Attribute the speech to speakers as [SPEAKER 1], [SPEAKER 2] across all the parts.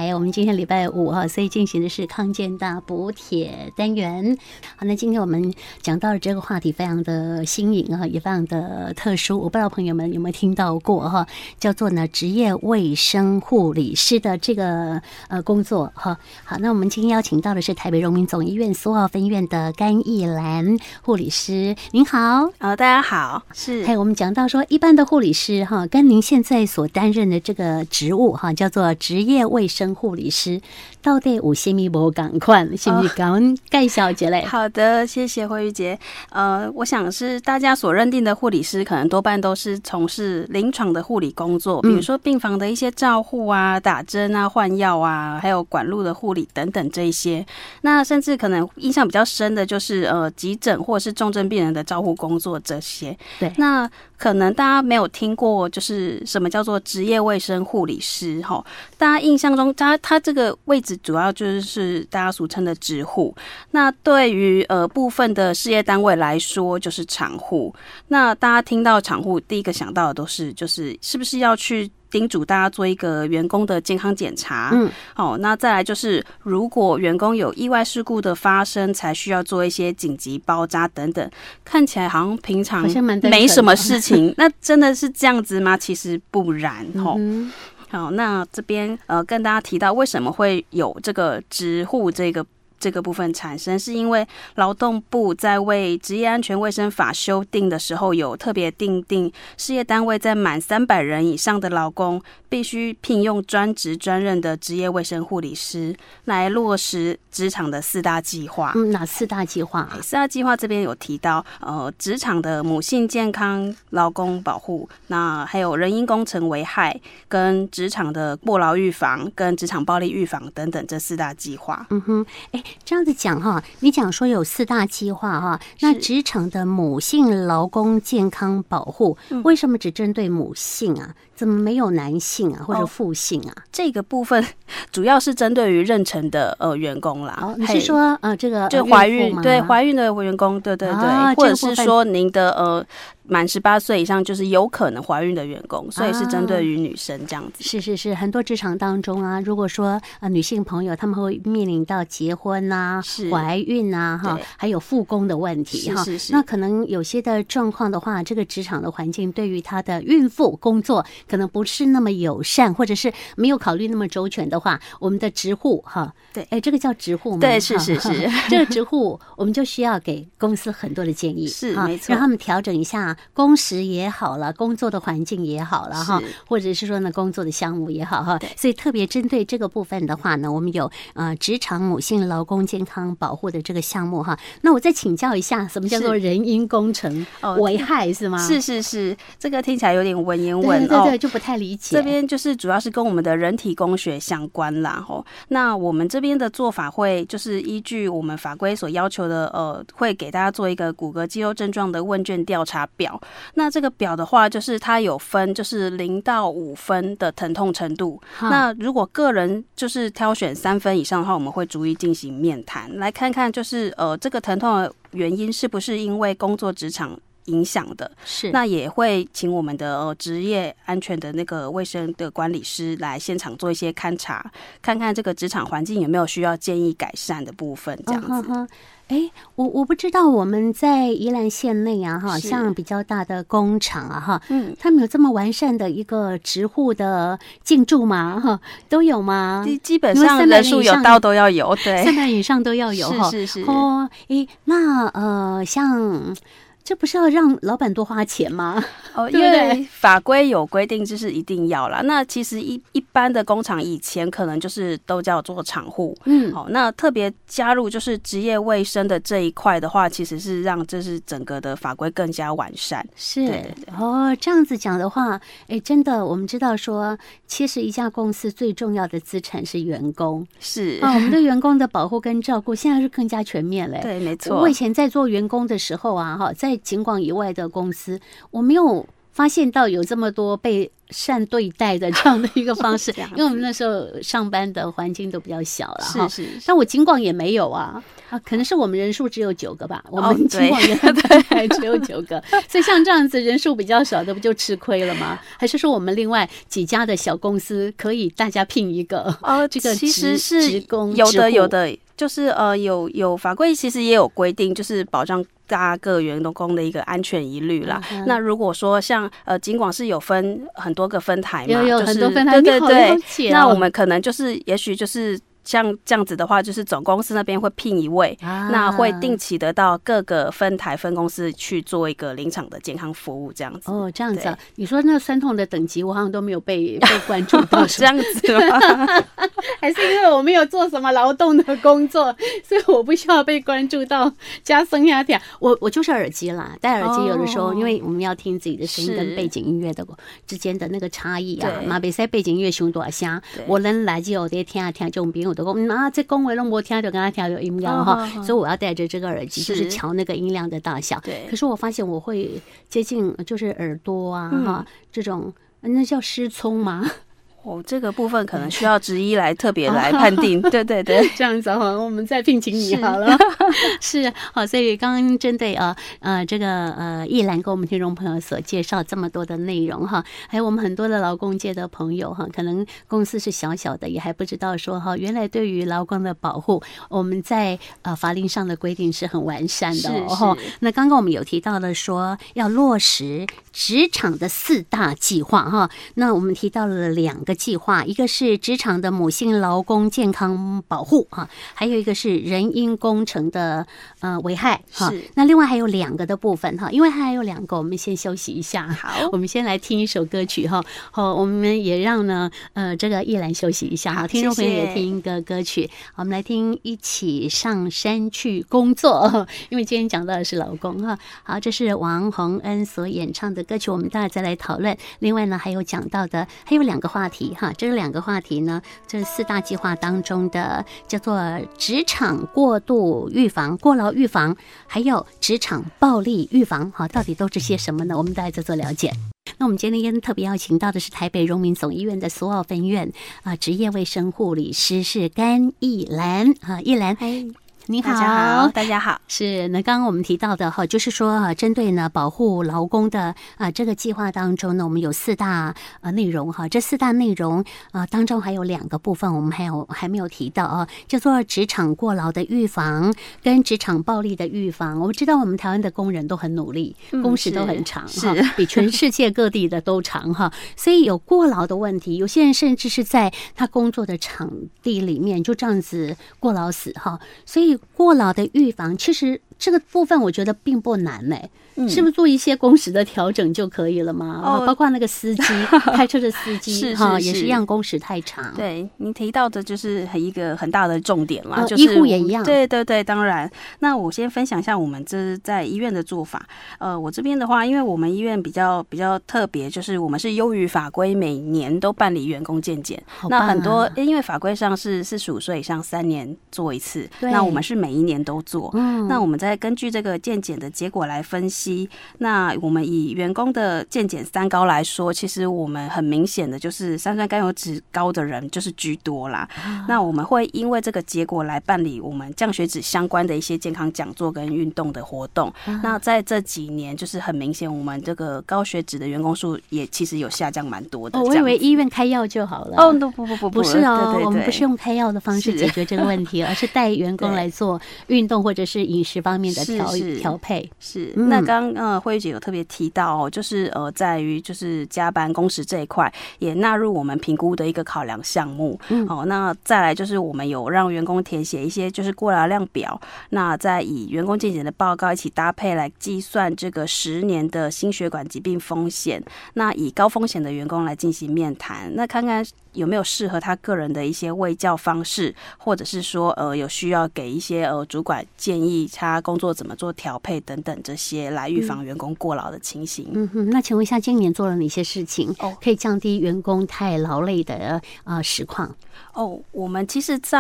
[SPEAKER 1] 台，我们今天礼拜五哈，所以进行的是康健大补帖单元。好，那今天我们讲到的这个话题非常的新颖啊，也非常的特殊。我不知道朋友们有没有听到过哈，叫做呢职业卫生护理师的这个工作哈。好，那我们今天邀请到的是台北荣民总医院苏澳分院的甘义兰护理师，您好。
[SPEAKER 2] 大家好，是。
[SPEAKER 1] 我们讲到说，一般的护理师哈，跟您现在所担任的这个职务哈，叫做职业卫生护理师，到底有什么不同？是不是跟我们介绍一下嘞？
[SPEAKER 2] 好的，谢谢慧玉姐。我想是大家所认定的护理师，可能多半都是从事临床的护理工作，比如说病房的一些照护啊、打针啊、换药啊，还有管路的护理等等这一些。那甚至可能印象比较深的就是急诊或者是重症病人的照护工作这些。
[SPEAKER 1] 对，
[SPEAKER 2] 那可能大家没有听过，就是什么叫做职业卫生护理师哈？大家印象中，他这个位置主要就是大家俗称的职护。那对于部分的事业单位来说，就是厂护。那大家听到厂护，第一个想到的都是是不是要去叮嘱大家做一个员工的健康检查，那再来就是如果员工有意外事故的发生，才需要做一些紧急包扎等等，看起来好像平常没什么事情，那真的是这样子吗？其实不然好，那这边跟大家提到为什么会有这个职护这个部分产生，是因为劳动部在为职业安全卫生法修订的时候，有特别订定事业单位在满300人以上的劳工必须聘用专职专任的职业卫生护理师，来落实职场的4大计划。
[SPEAKER 1] 哪4大计划
[SPEAKER 2] ？4大计划这边有提到，职场的母性健康、劳工保护，那还有人因工程危害，跟职场的过劳预防，跟职场暴力预防等等这4大计划。
[SPEAKER 1] 这样子讲哈，你讲说有4大计划哈，那职场的母性劳工健康保护，为什么只针对母性啊？怎么没有男性啊，或者父性啊？
[SPEAKER 2] 这个部分主要是针对于妊娠的员工啦。
[SPEAKER 1] 你是说这个
[SPEAKER 2] 就怀孕对怀孕的员工，对，或者是说您的满18岁以上就是有可能怀孕的员工，所以是针对于女生这样子。
[SPEAKER 1] 是，很多职场当中啊，如果说女性朋友他们会面临到结婚啊、怀孕啊哈，还有复工的问题哈，那可能有些的状况的话，这个职场的环境对于她的孕妇工作可能不是那么友善，或者是没有考虑那么周全的话，我们的职护哈，
[SPEAKER 2] 对，
[SPEAKER 1] 这个叫职护吗？
[SPEAKER 2] 对，是，
[SPEAKER 1] 这个职护我们就需要给公司很多的建议，
[SPEAKER 2] 是没错，
[SPEAKER 1] 让他们调整一下工时也好了，工作的环境也好了哈，或者是说呢工作的项目也好哈，所以特别针对这个部分的话呢，我们有职场母性劳工健康保护的这个项目哈。那我再请教一下，什么叫做人因工程危害是吗？
[SPEAKER 2] 是，这个听起来有点文言文，
[SPEAKER 1] 对，就不太理解。
[SPEAKER 2] 这边就是主要是跟我们的人体工学相关啦吼。那我们这边的做法会就是依据我们法规所要求的，会给大家做一个骨骼肌肉症状的问卷调查表。那这个表的话，就是它有分就是0到5分的疼痛程度。那如果个人就是挑选3分以上的话，我们会逐一进行面谈，来看看就是这个疼痛的原因是不是因为工作职场影响的，
[SPEAKER 1] 是
[SPEAKER 2] 那也会请我们的职业安全的那个卫生的管理师来现场做一些勘察，看看这个职场环境有没有需要建议改善的部分，这样子。
[SPEAKER 1] 我不知道我们在宜兰县内啊哈，像比较大的工厂啊哈，他们有这么完善的一个职护的进驻吗？哈，都有吗？
[SPEAKER 2] 基本上人数有到都要有，对
[SPEAKER 1] ，300人以上都要有哈。
[SPEAKER 2] 是
[SPEAKER 1] 那像。这不是要让老板多花钱吗？
[SPEAKER 2] 因为法规有规定，就是一定要啦。那其实一般的工厂以前可能就是都叫做厂户，那特别加入就是职业卫生的这一块的话，其实是让就是整个的法规更加完善。
[SPEAKER 1] 是，对，这样子讲的话，真的，我们知道说，其实一家公司最重要的资产是员工，
[SPEAKER 2] 是
[SPEAKER 1] 我们对员工的保护跟照顾现在是更加全面了。
[SPEAKER 2] 对，没错。
[SPEAKER 1] 我以前在做员工的时候啊，在景广以外的公司，我没有发现到有这么多被善对待的这样的一个方式，因为我们那时候上班的环境都比较小了哈。
[SPEAKER 2] 是，
[SPEAKER 1] 但我金广也没有啊，可能是我们人数只有9个吧，我们金广原来还只有9个，所以像这样子人数比较少的，不就吃亏了吗？还是说我们另外几家的小公司可以大家聘一个这个
[SPEAKER 2] 其实是
[SPEAKER 1] 职工
[SPEAKER 2] 有的，就是有法规其实也有规定，就是保障大家各员工的一个安全疑虑啦。那如果说像金广是有分很多个分台嘛，
[SPEAKER 1] 有很多分台，
[SPEAKER 2] 对对
[SPEAKER 1] 对，
[SPEAKER 2] 那我们可能就是也许就是像这样子的话，就是总公司那边会聘一位，那会定期的到各个分台分公司去做一个临场的健康服务，这样子。
[SPEAKER 1] 哦，这样子啊？你说那酸痛的等级，我好像都没有被关注到，
[SPEAKER 2] 这样子吗？
[SPEAKER 1] 还是因为我没有做什么劳动的工作，所以我不需要被关注到加声压条。我就是耳机啦，戴耳机有的时候，因为我们要听自己的声音跟背景音乐的之间的那个差异啊，嘛别使背景音乐伤大声，我能来就得听啊听，就朋友都讲这讲话拢无听就跟他听有音量哈，所以我要戴着这个耳机，就是调那个音量的大小。
[SPEAKER 2] 对，
[SPEAKER 1] 可是我发现我会接近就是耳朵啊哈这种，那叫失聪吗？
[SPEAKER 2] 这个部分可能需要职医来特别来判定。对对对，
[SPEAKER 1] 这样子哈，我们再聘请你好了。是好，所以刚刚针对这个艺兰跟我们听众朋友所介绍这么多的内容哈，还有我们很多的劳工界的朋友哈，可能公司是小小的，也还不知道说哈，原来对于劳工的保护，我们在法令上的规定是很完善的哦。那刚刚我们有提到了说要落实职场的4大计划哈，那我们提到了2个计划，一个是职场的母性劳工健康保护哈，还有一个是人因工程的危害哈。那另外还有2个的部分哈，因为还有2个，我们先休息一下。
[SPEAKER 2] 好，
[SPEAKER 1] 我们先来听一首歌曲哈。好，我们也让呢这个艺兰休息一下哈，听众朋友也听一个歌曲。我们来听《一起上山去工作》，因为今天讲到的是劳工哈。好，这是王洪恩所演唱的歌曲，我们待会再来讨论。另外呢，还有讲到的还有2个话题哈，这2个话题呢，这4大计划当中的叫做职场过度预防、过劳预防，还有职场暴力预防，好，到底都是些什么呢？我们大家再做了解。那我们今天特别邀请到的是台北荣民总医院的苏澳分院职业卫生护理师是甘艺兰艺兰。你好，
[SPEAKER 2] 大家好。
[SPEAKER 1] 是那刚刚我们提到的哈，就是说针对呢保护劳工的这个计划当中呢，我们有4大内容哈。这4大内容当中还有2个部分我们还没有提到啊，叫做职场过劳的预防跟职场暴力的预防。我们知道我们台湾的工人都很努力，工时都很长哈，比全世界各地的都长哈，所以有过劳的问题。有些人甚至是在他工作的场地里面就这样子过劳死哈，所以过劳的预防，其实这个部分我觉得并不难是不是做一些工时的调整就可以了吗？包括那个司机开车的司机也是一样，工时太长。
[SPEAKER 2] 对，您提到的就是一个很大的重点啦，
[SPEAKER 1] 医护也一样。
[SPEAKER 2] 对对对，当然。那我先分享一下我们这在医院的做法。我这边的话，因为我们医院比较特别，就是我们是优于法规，每年都办理员工健检。那很多因为法规上是45岁以上3年做一次，那我们是每一年都做。那我们再根据这个健检的结果来分析。那我们以员工的健检3高来说，其实我们很明显的就是三酸甘油酯高的人就是居多啦。那我们会因为这个结果来办理我们降血脂相关的一些健康讲座跟运动的活动。那在这几年就是很明显，我们这个高血脂的员工数也其实有下降蛮多的。
[SPEAKER 1] 我以为医院开药就好了。不是哦，对，我们不是用开药的方式解决这个问题，而是带员工来做运动或者是饮食方面的调配。
[SPEAKER 2] 是，那慧玉姐有特别提到就是在于就是加班工时这一块也纳入我们评估的一个考量项目。那再来就是我们有让员工填写一些就是过劳量表，那再以员工健检的报告一起搭配来计算这个10年的心血管疾病风险，那以高风险的员工来进行面谈，那看看有没有适合他个人的一些卫教方式，或者是说有需要给一些主管建议他工作怎么做调配等等这些来预防员工过劳的情形。
[SPEAKER 1] 那请问一下，今年做了哪些事情可以降低员工太劳累的实况？
[SPEAKER 2] 我们其实在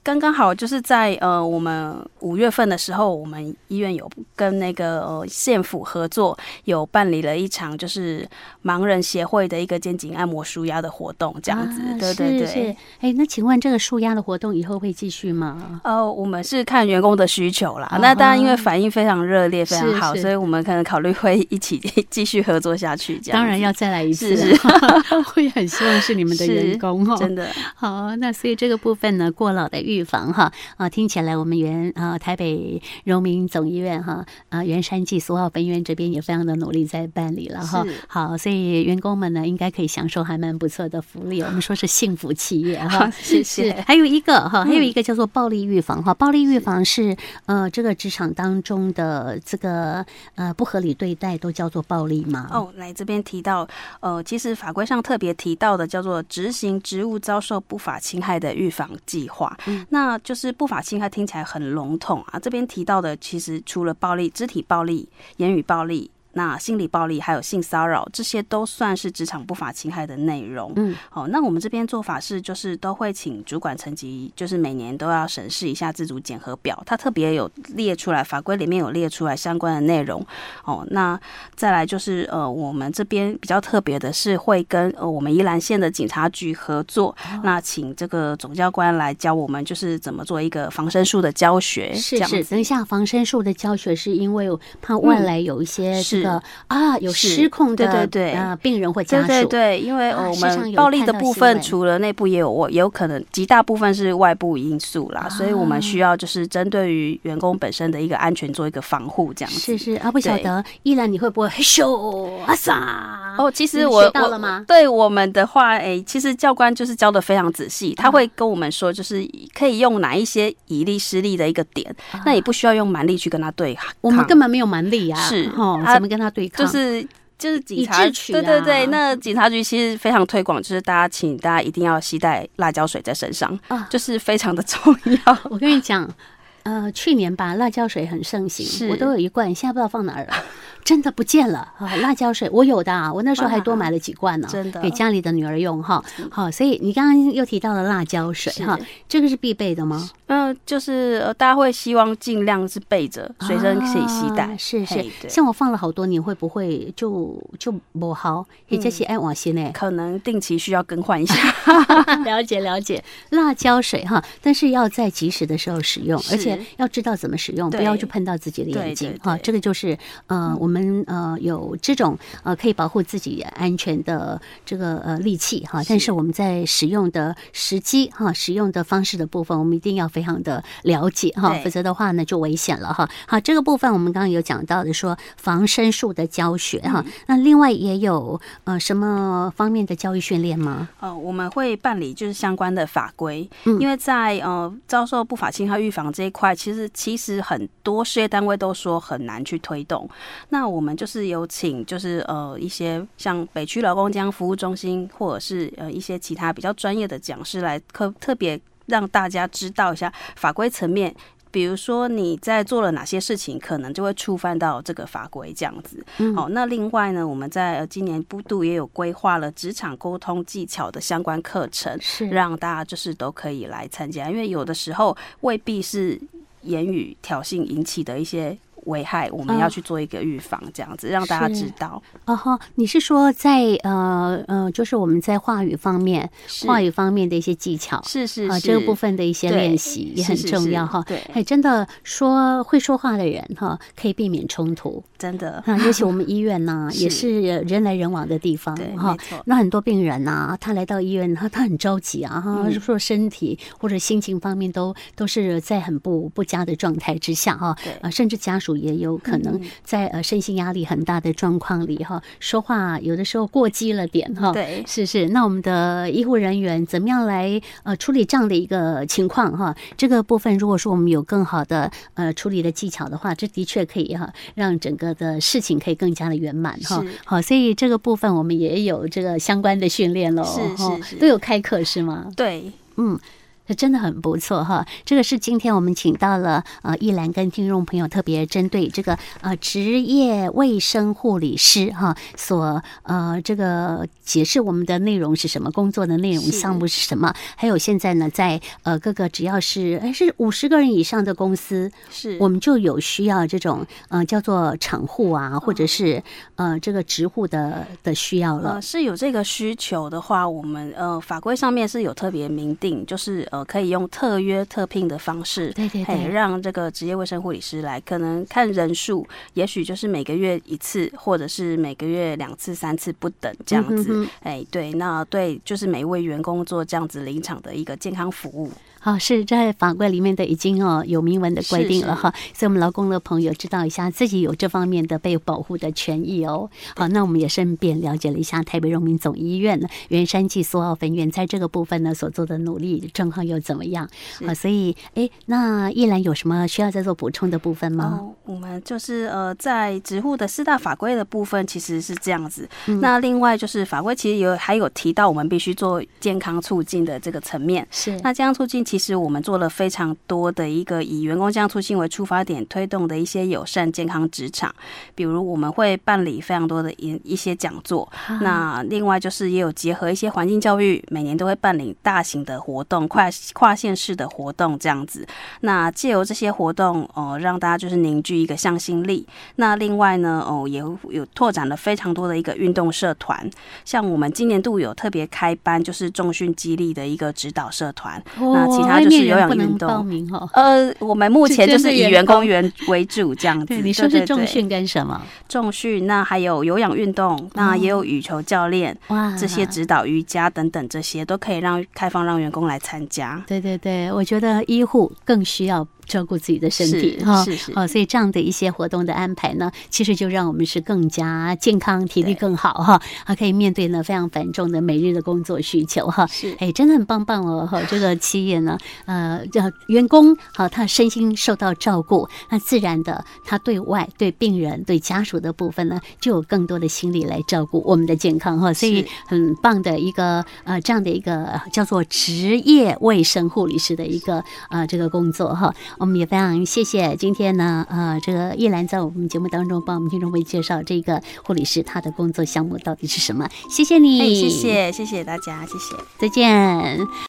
[SPEAKER 2] 刚刚好就是在我们5月份的时候，我们医院有跟那个县府合作，有办理了一场就是盲人协会的一个肩颈按摩舒压的活动，这样子。对对对。
[SPEAKER 1] 是。那请问这个舒压的活动以后会继续吗？
[SPEAKER 2] 我们是看员工的需求啦。那当然因为反应非常热烈，非常好，所以我们可能考虑会一起继续合作下去。这样当
[SPEAKER 1] 然要再来一次，
[SPEAKER 2] 是
[SPEAKER 1] 我也很希望是你们的员工
[SPEAKER 2] 真的。
[SPEAKER 1] 好，那所以这个部分呢，过劳的预防听起来我们台北荣民总医院原山暨苏澳分院这边也非常的努力在办理了好，所以员工们呢应该可以享受还蛮不错的福利，我们说是幸福企业
[SPEAKER 2] 谢谢。
[SPEAKER 1] 还有一个叫做暴力预防暴力预防是这个职场当中的这个不合理对待都叫做暴力吗？
[SPEAKER 2] 来这边提到其实法规上特别提到的叫做执行职务遭受不法侵害的预防计划。那就是不法侵害听起来很笼统这边提到的其实除了暴力、肢体暴力、言语暴力，那心理暴力还有性骚扰，这些都算是职场不法侵害的内容。那我们这边做法是就是都会请主管层级，就是每年都要审视一下自主检核表，它特别有列出来，法规里面有列出来相关的内容。那再来就是我们这边比较特别的是会跟我们宜兰县的警察局合作，那请这个总教官来教我们就是怎么做一个防身术的教学。
[SPEAKER 1] 是，等一下，防身术的教学是因为怕外来有一些有失控的病人或家属。
[SPEAKER 2] 对，因为我们暴力的部分除了内部也有可能极大部分是外部因素啦，所以我们需要就是针对于员工本身的一个安全做一个防护，这样子。
[SPEAKER 1] 是不晓得依然你会不会嘿咻啊撒？
[SPEAKER 2] 其实我
[SPEAKER 1] 到了吗？
[SPEAKER 2] 对我们的话，其实教官就是教的非常仔细，他会跟我们说，就是可以用哪一些以力施力的一个点，那也不需要用蛮力去跟他对抗。
[SPEAKER 1] 我们根本没有蛮力啊，
[SPEAKER 2] 是
[SPEAKER 1] 怎么跟他对抗？
[SPEAKER 2] 就是警察局，对，那警察局其实非常推广，就是请大家一定要携带辣椒水在身上，就是非常的重要。
[SPEAKER 1] 我跟你讲，去年吧，辣椒水很盛行，我都有一罐，现在不知道放哪儿了。真的不见了辣椒水我有的我那时候还多买了几罐呢，
[SPEAKER 2] 真的
[SPEAKER 1] 给家里的女儿用好，所以你刚刚又提到了辣椒水这个是必备的吗？
[SPEAKER 2] 就是大家会希望尽量是备着随身可以携带。
[SPEAKER 1] 是，像我放了好多年，会不会就不好？也就是爱往心呢，
[SPEAKER 2] 可能定期需要更换一下。
[SPEAKER 1] 了解，辣椒水但是要在及时的时候使用，而且要知道怎么使用，不要去碰到自己的眼睛这个就是我们有这种可以保护自己安全的这个利器但是我们在使用的时机使用的方式的部分，我们一定要非常的了解否则的话呢就危险了好，这个部分我们刚刚有讲到的说防身术的教学那另外也有什么方面的教育训练吗？
[SPEAKER 2] 我们会办理就是相关的法规，因为在遭受不法侵害预防这一块，其实很多事业单位都说很难去推动。那我们就是有请就是一些像北区劳工健康服务中心或者是一些其他比较专业的讲师来特别让大家知道一下法规层面，比如说你在做了哪些事情可能就会触犯到这个法规这样子。那另外呢，我们在今年部度也有规划了职场沟通技巧的相关课程，让大家就是都可以来参加，因为有的时候未必是言语挑衅引起的一些危害，我们要去做一个预防，这样子让大家知道。
[SPEAKER 1] 你是说在就是我们在话语方面的一些技巧，
[SPEAKER 2] 是
[SPEAKER 1] 这个部分的一些练习也很重要对，真的会说话的人可以避免冲突，
[SPEAKER 2] 真的
[SPEAKER 1] 尤其我们医院呢也是人来人往的地方那很多病人他来到医院他很着急说身体或者心情方面都是在很不佳的状态之下甚至家属也有可能在身心压力很大的状况里说话有的时候过激了点
[SPEAKER 2] 对，
[SPEAKER 1] 是。那我们的医护人员怎么样来处理这样的一个情况这个部分如果说我们有更好的处理的技巧的话，这的确可以让整个的事情可以更加的圆满好，所以这个部分我们也有这个相关的训练咯。
[SPEAKER 2] 是
[SPEAKER 1] 都有开课是吗？
[SPEAKER 2] 对，
[SPEAKER 1] 真的很不错哈。这个是今天我们请到了一兰跟听众朋友特别针对这个职业卫生护理师哈所这个解释我们的内容是什么，工作的内容项目是什么，还有现在呢在各个只要是50个人以上的公司，是我们就有需要这种叫做厂护啊，或者是这个职护的需要了。
[SPEAKER 2] 是有这个需求的话，我们法规上面是有特别明定，就是可以用特约特聘的方式，对，让这个职业卫生护理师来，可能看人数，也许就是每个月1次，或者是每个月2次、3次不等这样子。对，那对，就是每一位员工做这样子临场的一个健康服务。
[SPEAKER 1] 好，是在法规里面的已经有明文的规定了哈，所以我们劳工的朋友知道一下自己有这方面的被保护的权益哦。好，那我们也顺便了解了一下台北荣民总医院呢员山暨苏澳分院在这个部分呢所做的努力状况又怎么样？好，所以那依然有什么需要再做补充的部分吗？
[SPEAKER 2] 我们就是在职护的4大法规的部分其实是这样子。那另外就是法规其实还有提到我们必须做健康促进的这个层面。是，那健康促进其实我们做了非常多的一个以员工健康促进为出发点推动的一些友善健康职场，比如我们会办理非常多的一些讲座，那另外就是也有结合一些环境教育，每年都会办理大型的活动，跨县市的活动这样子。那借由这些活动让大家就是凝聚一个向心力。那另外呢也有拓展了非常多的一个运动社团，像我们今年度有特别开班就是重训肌力的一个指导社团，那其他就是有氧运动。我们目前就是以员工为主这样子。
[SPEAKER 1] 对，你说是重训跟什么？
[SPEAKER 2] 重训，那还有有氧运动，那也有羽球教练，这些指导瑜伽等等，这些都可以开放让员工来参加。
[SPEAKER 1] 对，我觉得医护更需要照顾自己的身体哈，所以这样的一些活动的安排呢，其实就让我们是更加健康，体力更好哈，可以面对呢非常繁重的每日的工作需求哈。真的很棒哦哈，这个企业呢，员工好，他身心受到照顾，那自然的他对外对病人对家属的部分呢，就有更多的心力来照顾我们的健康哈，所以很棒的一个这样的一个叫做职业卫生护理师的一个这个工作哈。我们也非常谢谢今天呢，这个依兰在我们节目当中帮我们听众朋友介绍这个护理师他的工作项目到底是什么。谢谢你，
[SPEAKER 2] 谢谢大家，谢谢，
[SPEAKER 1] 再见。